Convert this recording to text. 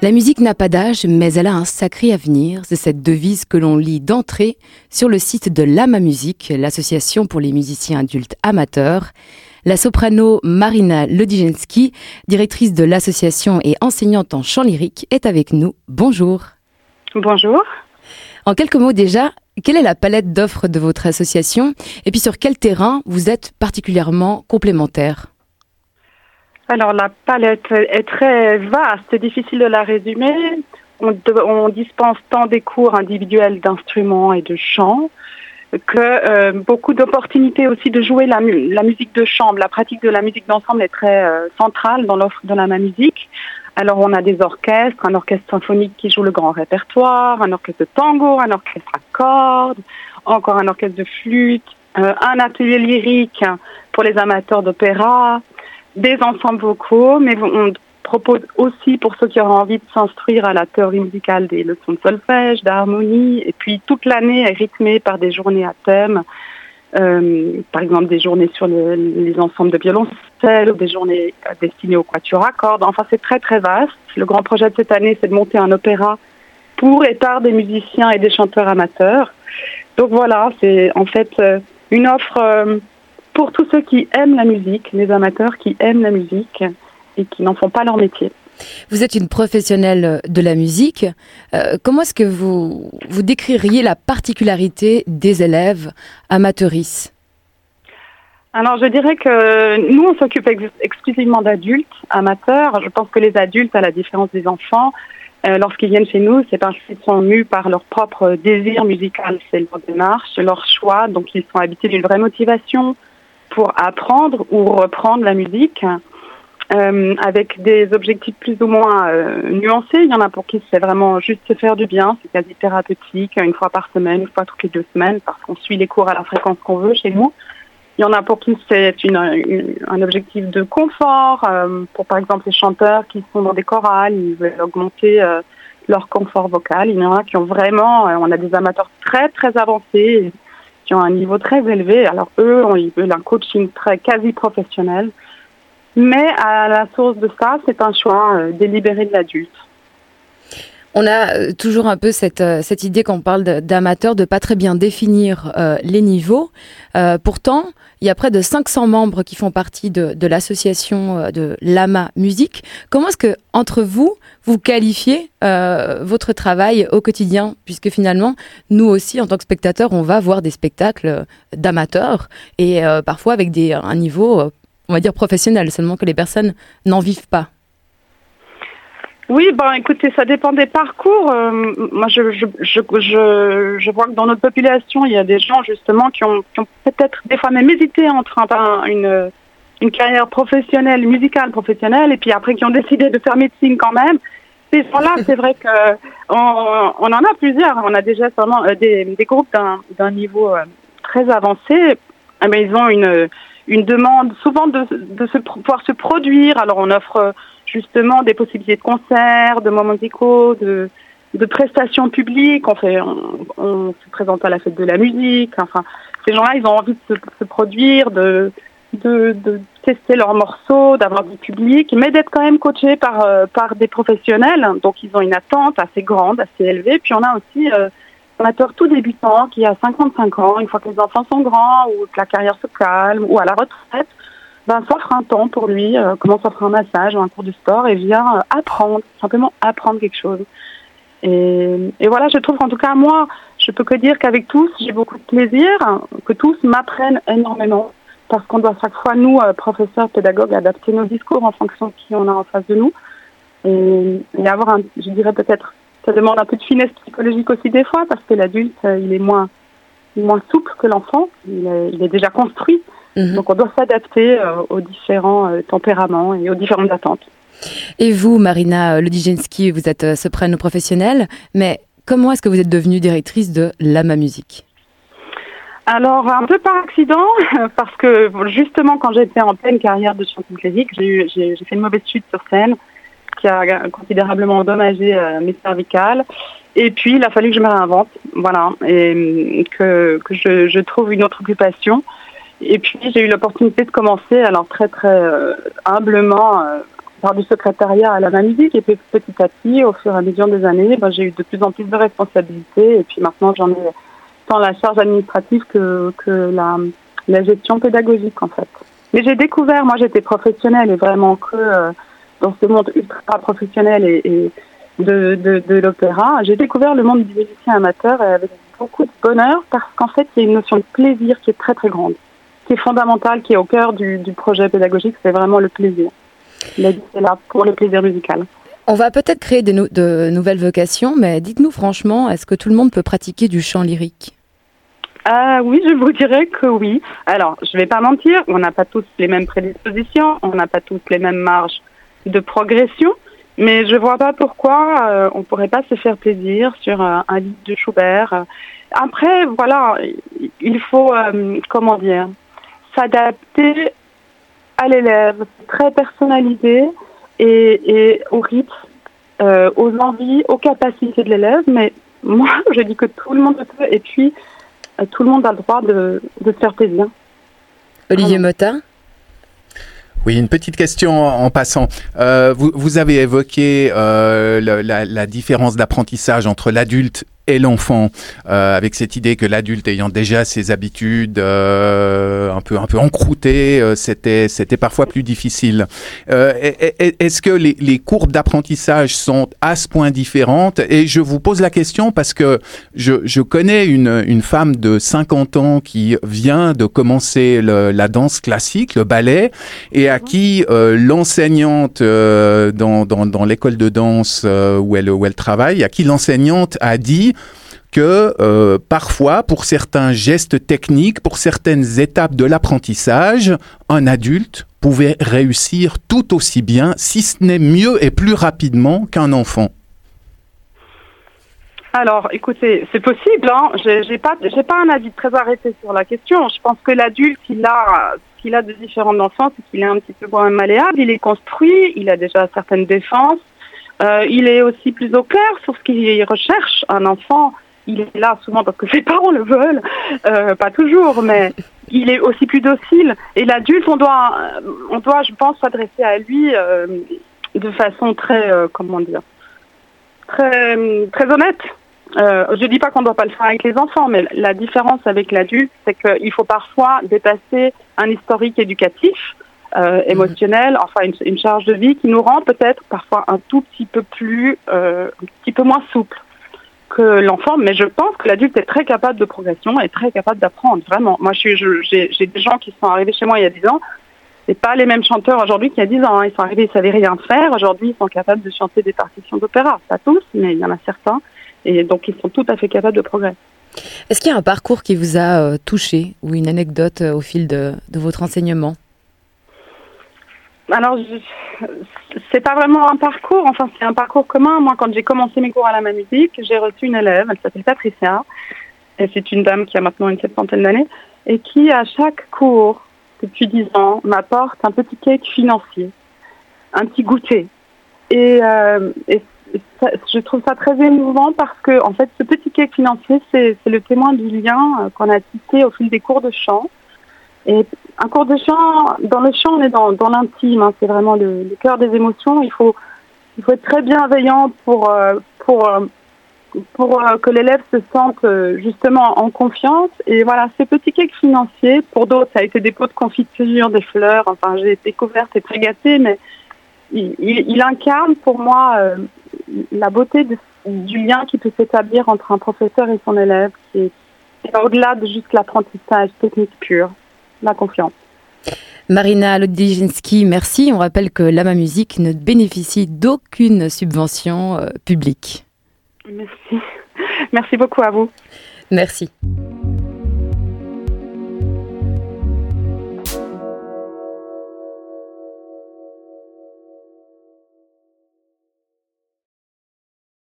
La musique n'a pas d'âge, mais elle a un sacré avenir. C'est cette devise que l'on lit d'entrée sur le site de Lama Music, l'association pour les musiciens adultes amateurs. La soprano Marina Lodijenski, directrice de l'association et enseignante en chant lyrique, est avec nous. Bonjour. Bonjour. En quelques mots déjà, quelle est la palette d'offres de votre association et puis sur quel terrain vous êtes particulièrement complémentaires? Alors la palette est très vaste, c'est difficile de la résumer. On dispense tant des cours individuels d'instruments et de chant que beaucoup d'opportunités aussi de jouer la musique de chambre. La pratique de la musique d'ensemble est très centrale dans l'offre de la musique. Alors on a des orchestres, un orchestre symphonique qui joue le grand répertoire, un orchestre de tango, un orchestre à cordes, encore un orchestre de flûte, un atelier lyrique pour les amateurs d'opéra, des ensembles vocaux, mais on propose aussi pour ceux qui auront envie de s'instruire à la théorie musicale des leçons de solfège, d'harmonie, et puis toute l'année est rythmée par des journées à thème, par exemple des journées sur les ensembles de violoncelle ou des journées destinées au quatuor à cordes. Enfin, c'est très très vaste. Le grand projet de cette année, c'est de monter un opéra pour et par des musiciens et des chanteurs amateurs. Donc voilà, c'est en fait une offre pour tous ceux qui aiment la musique, les amateurs qui aiment la musique et qui n'en font pas leur métier. Vous êtes une professionnelle de la musique. Comment est-ce que vous décririez la particularité des élèves amateuristes? Alors je dirais que nous, on s'occupe exclusivement d'adultes amateurs. Je pense que les adultes, à la différence des enfants, lorsqu'ils viennent chez nous, c'est parce qu'ils sont mus par leur propre désir musical. C'est leur démarche, leur choix. Donc ils sont habités d'une vraie motivation pour apprendre ou reprendre la musique avec des objectifs plus ou moins nuancés. Il y en a pour qui c'est vraiment juste se faire du bien, c'est quasi thérapeutique, une fois par semaine, une fois toutes les 2 semaines, parce qu'on suit les cours à la fréquence qu'on veut chez nous. Il y en a pour qui c'est un objectif de confort, pour par exemple les chanteurs qui sont dans des chorales, ils veulent augmenter leur confort vocal. Il y en a qui ont vraiment, on a des amateurs très très avancés, qui ont un niveau très élevé. Alors eux, ils veulent un coaching très quasi professionnel. Mais à la source de ça, c'est un choix délibéré de l'adulte. On a toujours un peu cette idée quand on parle d'amateurs de pas très bien définir les niveaux. Pourtant, il y a près de 500 membres qui font partie de l'association de Lama Music. Comment est-ce que, entre vous, vous qualifiez votre travail au quotidien? Puisque finalement, nous aussi, en tant que spectateurs, on va voir des spectacles d'amateurs et parfois avec un niveau, on va dire, professionnel, seulement que les personnes n'en vivent pas. Oui, écoutez, ça dépend des parcours. Moi, je vois que dans notre population, il y a des gens justement qui ont peut-être des fois même hésité entre une carrière professionnelle, musicale professionnelle, et puis après qui ont décidé de faire médecine quand même. Ces gens-là, c'est vrai que on en a plusieurs. On a déjà seulement des groupes d'un niveau très avancé. Mais ils ont une demande souvent de pouvoir se produire. Alors on offre justement des possibilités de concerts, de moments musicaux, de prestations publiques. On se présente à la fête de la musique. Enfin, ces gens-là, ils ont envie de se produire, de tester leurs morceaux, d'avoir du public, mais d'être quand même coachés par des professionnels. Donc ils ont une attente assez grande, assez élevée. Puis on a aussi un amateur tout débutant qui a 55 ans, une fois que les enfants sont grands ou que la carrière se calme ou à la retraite, s'offre un temps pour lui, commence à faire un massage ou un cours de sport et vient simplement apprendre quelque chose. Et voilà, je trouve qu'en tout cas, moi, je peux que dire qu'avec tous, j'ai beaucoup de plaisir, que tous m'apprennent énormément, parce qu'on doit chaque fois, nous, professeurs, pédagogues, adapter nos discours en fonction de qui on a en face de nous. Et avoir, je dirais peut-être, ça demande un peu de finesse psychologique aussi des fois, parce que l'adulte, il est moins souple que l'enfant, il est déjà construit. Donc on doit s'adapter aux différents tempéraments et aux différentes attentes. Et vous, Marina Lodijenski, vous êtes soprano professionnelle, mais comment est-ce que vous êtes devenue directrice de Lama Music? Alors un peu par accident, parce que justement quand j'étais en pleine carrière de chanteuse classique, j'ai fait une mauvaise chute sur scène qui a considérablement endommagé mes cervicales. Et puis il a fallu que je me réinvente, voilà, et que je trouve une autre occupation. Et puis j'ai eu l'opportunité de commencer, alors très très humblement, par du secrétariat à la musique, et puis petit à petit, au fur et à mesure des années, j'ai eu de plus en plus de responsabilités, et puis maintenant j'en ai tant la charge administrative que la gestion pédagogique en fait. Mais j'ai découvert, moi j'étais professionnelle et vraiment que dans ce monde ultra professionnel et de l'opéra, j'ai découvert le monde du musicien amateur avec beaucoup de bonheur parce qu'en fait il y a une notion de plaisir qui est très très grande, qui est fondamentale, qui est au cœur du projet pédagogique, c'est vraiment le plaisir. La vie est là pour le plaisir musical. On va peut-être créer de nouvelles vocations, mais dites-nous franchement, est-ce que tout le monde peut pratiquer du chant lyrique ? Oui, je vous dirais que oui. Alors, je vais pas mentir, on n'a pas tous les mêmes prédispositions, on n'a pas tous les mêmes marges de progression, mais je vois pas pourquoi on pourrait pas se faire plaisir sur un livre de Schubert. Après, voilà, il faut, s'adapter à l'élève, très personnalisé et au rythme, aux envies, aux capacités de l'élève, mais moi, je dis que tout le monde le peut, et puis tout le monde a le droit de se faire plaisir. Olivier Motin ? Oui, une petite question en passant. Vous avez évoqué la différence d'apprentissage entre l'adulte et l'enfant, avec cette idée que l'adulte ayant déjà ses habitudes un peu encroûtées, c'était parfois plus difficile. Est-ce que les courbes d'apprentissage sont à ce point différentes? Et je vous pose la question parce que je connais une femme de 50 ans qui vient de commencer la danse classique, le ballet, et à qui l'enseignante dans l'école de danse où elle travaille, à qui l'enseignante a dit que parfois, pour certains gestes techniques, pour certaines étapes de l'apprentissage, un adulte pouvait réussir tout aussi bien, si ce n'est mieux et plus rapidement qu'un enfant. Alors, écoutez, c'est possible, hein. J'ai pas un avis très arrêté sur la question. Je pense que l'adulte, il a de différentes enfants, c'est qu'il est un petit peu moins malléable, il est construit, il a déjà certaines défenses, il est aussi plus au clair sur ce qu'il recherche. Un enfant, il est là souvent parce que ses parents le veulent, pas toujours, mais il est aussi plus docile. Et l'adulte, on doit, je pense, s'adresser à lui de façon très, très honnête. Je dis pas qu'on ne doit pas le faire avec les enfants, mais la différence avec l'adulte, c'est qu'il faut parfois dépasser un historique éducatif, émotionnel, enfin une charge de vie qui nous rend peut-être parfois un petit peu moins souple que l'enfant. Mais je pense que l'adulte est très capable de progression et très capable d'apprendre, vraiment. Moi, j'ai des gens qui sont arrivés chez moi il y a 10 ans. C'est pas les mêmes chanteurs aujourd'hui qu'il y a 10 ans. Hein. Ils sont arrivés, ils savaient rien faire. Aujourd'hui, ils sont capables de chanter des partitions d'opéra. Pas tous, mais il y en a certains. Et donc, ils sont tout à fait capables de progrès. Est-ce qu'il y a un parcours qui vous a touché ou une anecdote au fil de votre enseignement? Alors, c'est pas vraiment un parcours. Enfin, c'est un parcours commun. Moi, quand j'ai commencé mes cours à la musique, j'ai reçu une élève. Elle s'appelle Patricia. Et c'est une dame qui a maintenant une 70aine d'années et qui, à chaque cours, depuis 10 ans, m'apporte un petit cake financier, un petit goûter. Et je trouve ça très émouvant parce que, en fait, ce petit cake financier, c'est le témoin du lien qu'on a tissé au fil des cours de chant. Et un cours de chant, dans le chant, on est dans l'intime, hein, c'est vraiment le cœur des émotions. Il faut être très bienveillant pour que l'élève se sente justement en confiance. Et voilà, ces petits cakes financiers, pour d'autres, ça a été des pots de confiture, des fleurs. Enfin, j'ai été couverte et très gâtée, mais il incarne pour moi la beauté du lien qui peut s'établir entre un professeur et son élève, qui est au-delà de juste l'apprentissage technique pur, la confiance. Marina Lodzinski, merci. On rappelle que Lama Musique ne bénéficie d'aucune subvention publique. Merci. Merci beaucoup à vous. Merci.